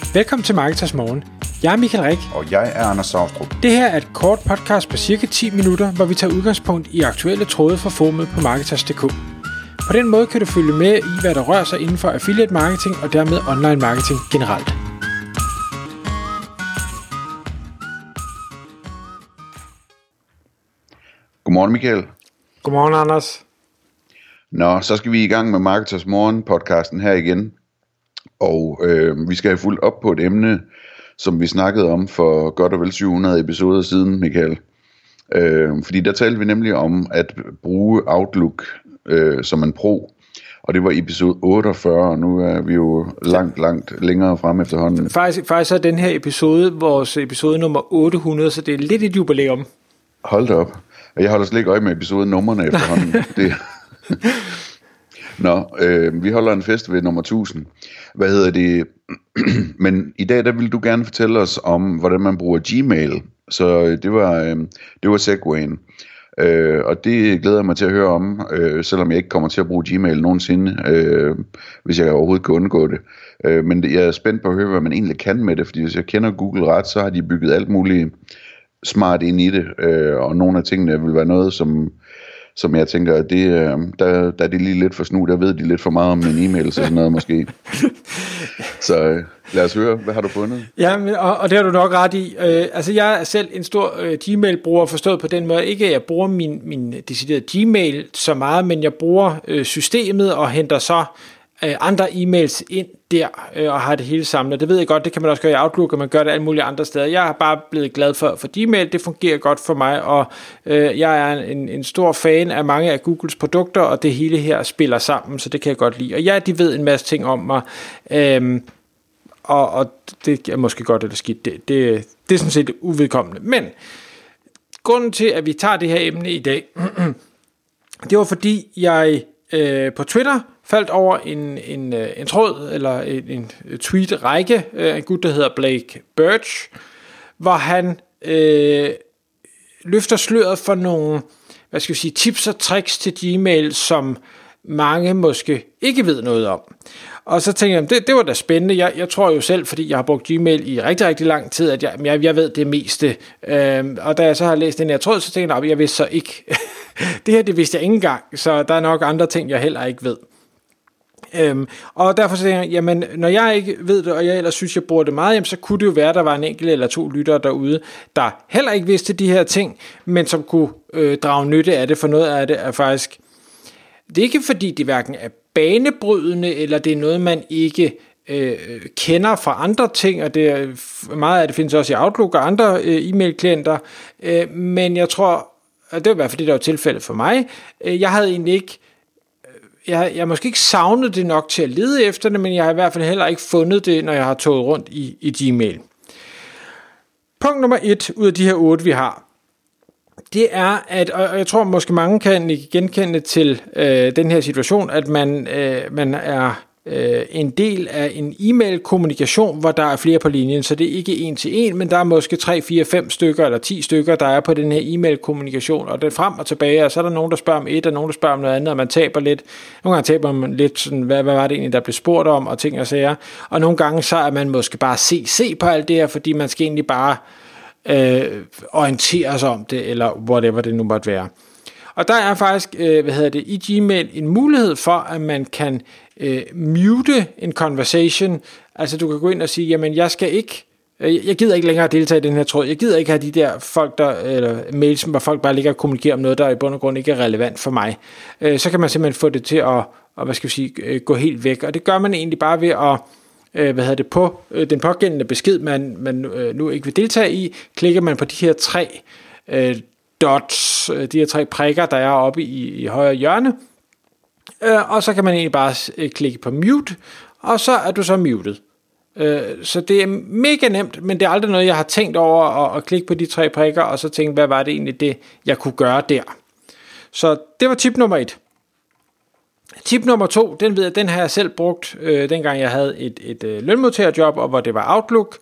Velkommen til Marketers Morgen. Jeg er Michael Rik. Og jeg er Anders Saustrup. Det her er et kort podcast på cirka 10 minutter, hvor vi tager udgangspunkt i aktuelle tråde fra forumet på Marketers.dk. På den måde kan du følge med i, hvad der rører sig inden for affiliate marketing og dermed online marketing generelt. Godmorgen, Michael. Godmorgen, Anders. Nå, så skal vi i gang med Marketers Morgen podcasten her igen. Og vi skal have fulgt op på et emne, som vi snakkede om for godt og vel 700 episoder siden, Michael. Fordi der talte vi nemlig om at bruge Outlook som en pro. Og det var episode 48, og nu er vi jo langt længere frem efterhånden. Faktisk er den her episode vores episode nummer 800, så det er lidt et jubilæum. Hold da op. Jeg holder slet ikke øje med episodenummerne efterhånden. Det. Nå, vi holder en fest ved nummer 1000. Hvad hedder det? Men i dag, der vil du gerne fortælle os om, hvordan man bruger Gmail. Så det var segwayen. Og det glæder jeg mig til at høre om, selvom jeg ikke kommer til at bruge Gmail nogensinde, hvis jeg overhovedet kan undgå det. Men jeg er spændt på at høre, hvad man egentlig kan med det, fordi hvis jeg kender Google ret, så har de bygget alt muligt smart ind i det, og nogle af tingene vil være noget, som jeg tænker, at der er det lige lidt for snu, der ved de lidt for meget om en e-mail, så sådan noget måske. Så lad os høre, hvad har du fundet? Ja, og det har du nok ret i. Altså jeg er selv en stor Gmail-bruger, forstået på den måde, ikke at jeg bruger min deciderede Gmail så meget, men jeg bruger systemet og henter så andre e-mails ind der, og har det hele samlet. Det ved jeg godt, det kan man også gøre i Outlook, og man gør det alle mulige andre steder. Jeg er bare blevet glad for Gmail, det fungerer godt for mig, og jeg er en stor fan af mange af Googles produkter, og det hele her spiller sammen, så det kan jeg godt lide. Og ja, de ved en masse ting om mig, og det er måske godt eller skidt. Det er sådan set uvedkommende. Men grunden til, at vi tager det her emne i dag, det var fordi, jeg på Twitter faldt over en tråd, eller en tweet-række af en gut, der hedder Blake Birch, hvor han løfter sløret for nogle, tips og tricks til Gmail, som mange måske ikke ved noget om. Og så tænkte jeg, det var da spændende. Jeg tror jo selv, fordi jeg har brugt Gmail i rigtig, rigtig lang tid, at jeg ved det meste. Og da jeg så har læst den her tråd, så tænkte jeg vidste så ikke. Det vidste jeg ikke engang, så der er nok andre ting, jeg heller ikke ved. Og derfor så tænker jeg, jamen når jeg ikke ved det, og jeg ellers synes, jeg bruger det meget, jamen, så kunne det jo være, at der var en enkelt eller to lyttere derude, der heller ikke vidste de her ting, men som kunne drage nytte af det, for noget af det er faktisk, det er ikke fordi det hverken er banebrydende, eller det er noget, man ikke kender fra andre ting, og det er, meget af det findes også i Outlook og andre e-mail-klienter, men jeg tror, og det var i hvert fald det, der var tilfældet for mig, jeg havde egentlig ikke, jeg måske ikke savnet det nok til at lede efter det, men jeg har i hvert fald heller ikke fundet det, når jeg har toget rundt i Gmail. Punkt nummer 1 ud af de her 8, vi har, det er, at, og jeg tror måske mange kan genkende til den her situation, at man er en del af en e-mail-kommunikation, hvor der er flere på linjen, så det er ikke en til en, men der er måske 3, 4, 5 stykker eller 10 stykker, der er på den her e-mail-kommunikation, og det er frem og tilbage, og så er der nogen, der spørger om et, og nogen, der spørger om noget andet, og man taber lidt. Nogle gange taber man lidt sådan, hvad var det egentlig, der blev spurgt om, og ting og sager, og nogle gange så er man måske bare CC på alt det her, fordi man skal egentlig bare orientere sig om det, eller whatever det nu måtte være. Og der er faktisk, i Gmail en mulighed for, at man kan mute en conversation. Altså du kan gå ind og sige, jamen jeg gider ikke længere deltage i den her tråd. Jeg gider ikke have de der folk, eller mails, hvor folk bare ligger og kommunikerer om noget, der i bund og grund ikke er relevant for mig. Så kan man simpelthen få det til at gå helt væk. Og det gør man egentlig bare ved at på den pågældende besked, man nu ikke vil deltage i, klikker man på de her 3 dots, de her 3 prikker, der er oppe i højre hjørne, og så kan man egentlig bare klikke på mute, og så er du så muted. Så det er mega nemt, men det er aldrig noget, jeg har tænkt over at klikke på de 3 prikker, og så tænke, hvad var det egentlig det, jeg kunne gøre der. Så det var tip nummer 1. Tip nummer 2, den har jeg selv brugt, dengang jeg havde et lønmodtagerjob, og hvor det var Outlook.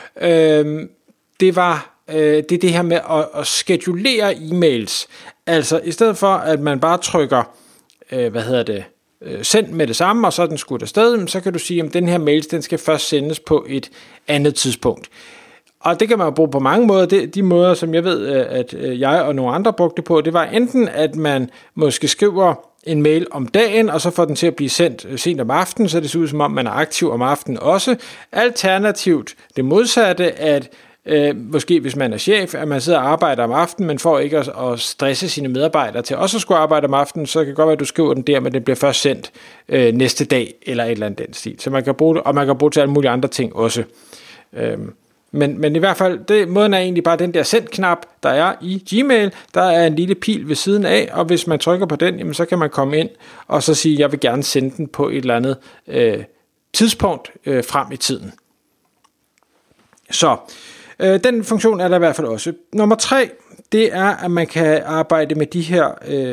Det er det her med at skedulere e-mails. Altså i stedet for, at man bare trykker sendt med det samme, og så er den skudt afsted, så kan du sige, at den her mail, den skal først sendes på et andet tidspunkt. Og det kan man jo bruge på mange måder. De måder, som jeg ved, at jeg og nogle andre brugte på, det var enten, at man måske skriver en mail om dagen, og så får den til at blive sendt sent om aftenen, så det ser ud som om, man er aktiv om aftenen også. Alternativt det modsatte, at måske hvis man er chef, at man sidder og arbejder om aftenen, men får ikke at stresse sine medarbejdere til også at skulle arbejde om aftenen, så kan det godt være, at du skriver den der, men det bliver først sendt næste dag, eller et eller andet den stil. Så man kan bruge det, og man kan bruge det til alle mulige andre ting også. Men i hvert fald, måden er egentlig bare den der send-knap, der er i Gmail. Der er en lille pil ved siden af, og hvis man trykker på den, jamen, så kan man komme ind og så sige, jeg vil gerne sende den på et eller andet tidspunkt frem i tiden. Så den funktion er der i hvert fald også. Nummer 3, det er, at man kan arbejde med de her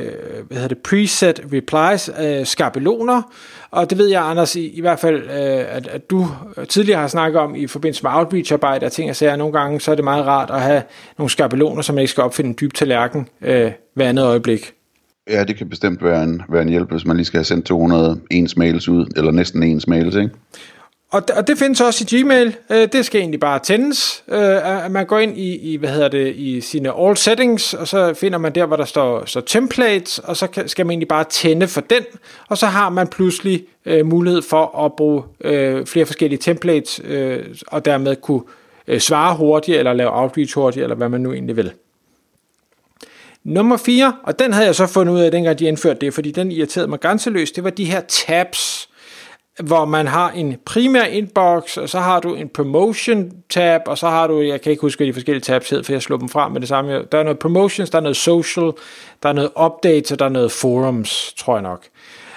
preset replies, skabeloner. Og det ved jeg, Anders, i hvert fald, at du tidligere har snakket om i forbindelse med outreach-arbejde og ting og sager. Nogle gange så er det meget rart at have nogle skabeloner, så man ikke skal opfinde en dyb tallerken hver andet øjeblik. Ja, det kan bestemt være en hjælp, hvis man lige skal have sendt 200 ens mails ud, eller næsten ens mails, ikke? Og det findes også i Gmail. Det skal egentlig bare tændes. Man går ind i sine all settings, og så finder man der, hvor der står templates, og så skal man egentlig bare tænde for den, og så har man pludselig mulighed for at bruge flere forskellige templates, og dermed kunne svare hurtigt, eller lave outreach hurtigt, eller hvad man nu egentlig vil. Nummer 4, og den havde jeg så fundet ud af, dengang de indførte det, fordi den irriterede mig grænseløst, det var de her tabs, hvor man har en primær inbox, og så har du en promotion tab, og så har du, jeg kan ikke huske, hvad de forskellige tabs hedder, for jeg slår dem frem med det samme. Der er noget promotions, der er noget social, der er noget updates, og der er noget forums, tror jeg nok.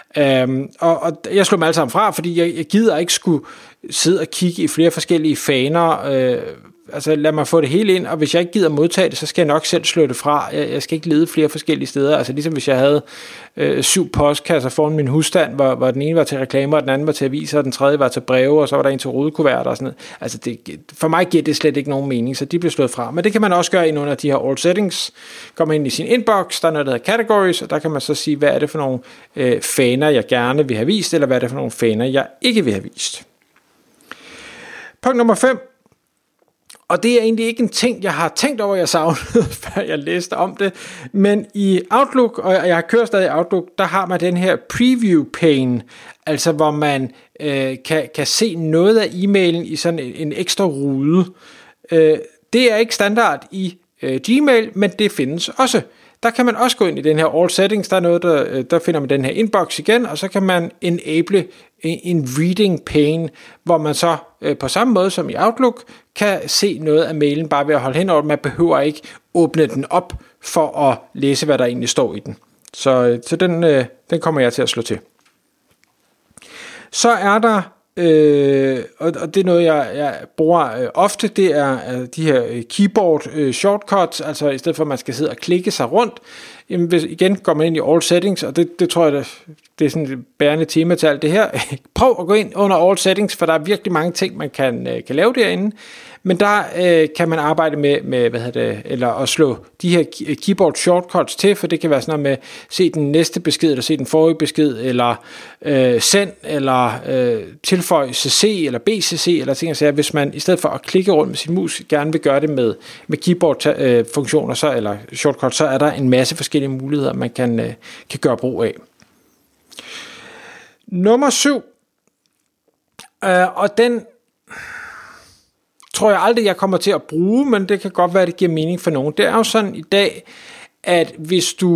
Og jeg slår dem alle sammen fra, fordi jeg gider ikke skulle sidde og kigge i flere forskellige faner. Altså lad mig få det hele ind, og hvis jeg ikke gider modtage det, så skal jeg nok selv slå det fra. Jeg skal ikke lede flere forskellige steder. Altså ligesom hvis jeg havde 7 postkasser foran min husstand, hvor den ene var til reklamer, og den anden var til aviser, og den tredje var til breve, og så var der en til rodekuverter og sådan noget. Altså for mig giver det slet ikke nogen mening, så de bliver slået fra. Men det kan man også gøre ind under de her all settings. Kommer ind i sin inbox, der er noget, der hedder categories, og der kan man så sige, hvad er det for nogle faner, jeg gerne vil have vist, eller hvad er det for nogle faner, jeg ikke vil have vist. Punkt nummer 5. Og det er egentlig ikke en ting, jeg har tænkt over, jeg savnede, før jeg læste om det. Men i Outlook, og jeg har kørt stadig i Outlook, der har man den her preview pane, altså hvor man kan se noget af e-mailen i sådan en ekstra rude. Det er ikke standard i Gmail, men det findes også. Der kan man også gå ind i den her all settings, der er noget, der finder man den her inbox igen, og så kan man enable en reading pane, hvor man så på samme måde som i Outlook kan se noget af mailen bare ved at holde hen over. Man behøver ikke åbne den op for at læse, hvad der egentlig står i den. Så den kommer jeg til at slå til. Så er der, og det er noget, jeg bruger ofte, det er de her keyboard shortcuts, altså i stedet for, at man skal sidde og klikke sig rundt. Jamen, igen går man ind i all settings, og det tror jeg, det er sådan et bærende tema til alt det her. Prøv at gå ind under all settings, for der er virkelig mange ting, man kan lave derinde. Men der kan man arbejde med eller at slå de her keyboard shortcuts til, for det kan være sådan noget med se den næste besked, eller se den forrige besked, eller send, eller tilføj CC, eller BCC, eller ting og sager. Hvis man i stedet for at klikke rundt med sin mus, gerne vil gøre det med keyboard funktioner, så, eller shortcuts, så er der en masse forskellige muligheder, man kan gøre brug af. Nummer 7, og den tror jeg aldrig, jeg kommer til at bruge, men det kan godt være, at det giver mening for nogen. Det er jo sådan i dag, at hvis du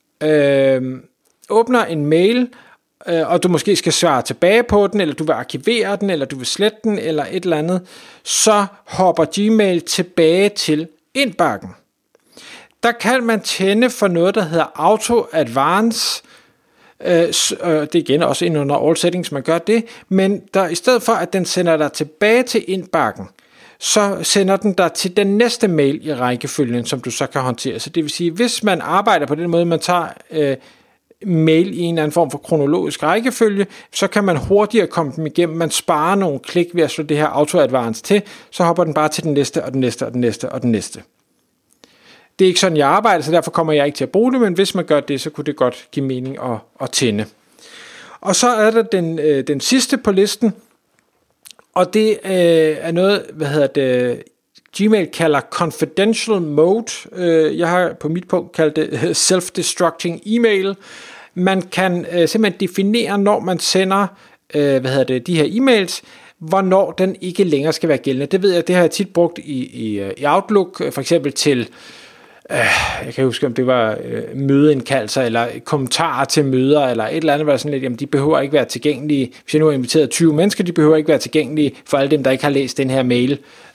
åbner en mail, og du måske skal svare tilbage på den, eller du vil arkivere den, eller du vil slette den, eller et eller andet, så hopper Gmail tilbage til indbakken. Der kan man tænde for noget, der hedder Auto Advance. Det er igen også ind under all settings, man gør det, men der, i stedet for, at den sender dig tilbage til indbakken, så sender den dig til den næste mail i rækkefølgen, som du så kan håndtere. Så det vil sige, hvis man arbejder på den måde, man tager mail i en eller anden form for kronologisk rækkefølge, så kan man hurtigere komme dem igennem. Man sparer nogle klik ved at slå det her Auto Advance til, så hopper den bare til den næste, og den næste, og den næste, og den næste. Det er ikke sådan, jeg arbejder, så derfor kommer jeg ikke til at bruge det, men hvis man gør det, så kunne det godt give mening at tænde. Og så er der den sidste på listen, og det er noget, Gmail kalder confidential mode. Jeg har på mit punkt kaldt det self-destructing email. Man kan simpelthen definere, når man sender de her e-mails, hvornår den ikke længere skal være gældende. Det ved jeg, det har jeg tit brugt i Outlook, for eksempel til, jeg kan huske, om det var mødeindkaldelser, eller kommentarer til møder, eller et eller andet, var sådan lidt, jamen de behøver ikke være tilgængelige. Hvis jeg nu har inviteret 20 mennesker, de behøver ikke være tilgængelige for alle dem, der ikke har læst den her mail,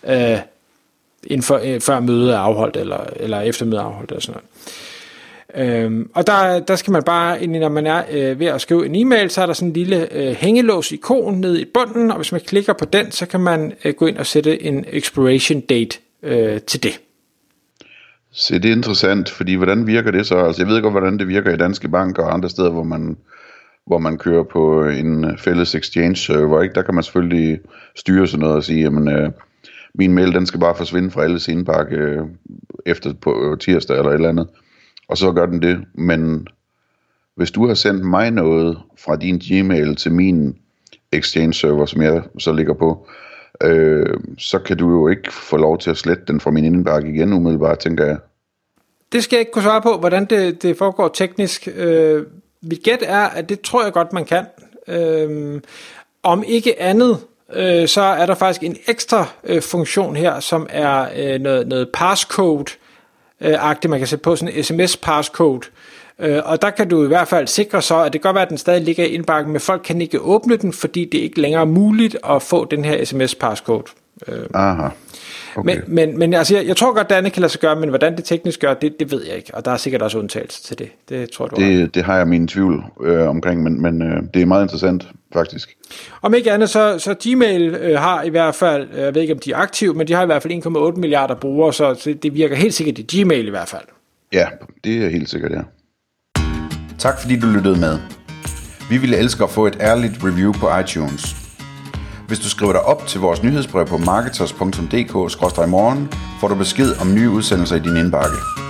før mødet er afholdt, eller efter mødet er afholdt, eller sådan noget. Og der skal man bare, når man er ved at skrive en e-mail, så er der sådan en lille hængelås-ikon nede i bunden, og hvis man klikker på den, så kan man gå ind og sætte en expiration date til det. Så det er interessant, fordi hvordan virker det så? Altså jeg ved godt, hvordan det virker i Danske Bank og andre steder, hvor man kører på en fælles exchange-server, ikke? Der kan man selvfølgelig styre sådan noget og sige, jamen min mail, den skal bare forsvinde fra alles indbakke efter på tirsdag eller et eller andet. Og så gør den det, men hvis du har sendt mig noget fra din Gmail til min Exchange-server, som jeg så ligger på, så kan du jo ikke få lov til at slette den fra min indbakke igen umiddelbart, tænker jeg. Det skal jeg ikke kunne svare på, hvordan det foregår teknisk. Mit gæt er, at det tror jeg godt, man kan. Om ikke andet, så er der faktisk en ekstra funktion her, som er noget passcode-agtigt, man kan sætte på sådan en sms-passcode, og der kan du i hvert fald sikre så, at det kan godt være, at den stadig ligger i indbakken, men folk kan ikke åbne den, fordi det ikke længere er muligt at få den her sms-passcode. Aha. Okay. Men altså, jeg tror godt, det kan lade sig gøre, men hvordan det teknisk gør, det ved jeg ikke, og der er sikkert også undtagelser til det. Det tror du. Det har jeg mine tvivl omkring, men det er meget interessant, faktisk. Om ikke andet, så Gmail har i hvert fald, jeg ved ikke om de er aktive, men de har i hvert fald 1,8 milliarder brugere, så det virker helt sikkert i Gmail i hvert fald. Ja, det er helt sikkert, ja. Tak fordi du lyttede med. Vi ville elske at få et ærligt review på iTunes. Hvis du skriver dig op til vores nyhedsbrev på marketers.dk/morgen, får du besked om nye udsendelser i din indbakke.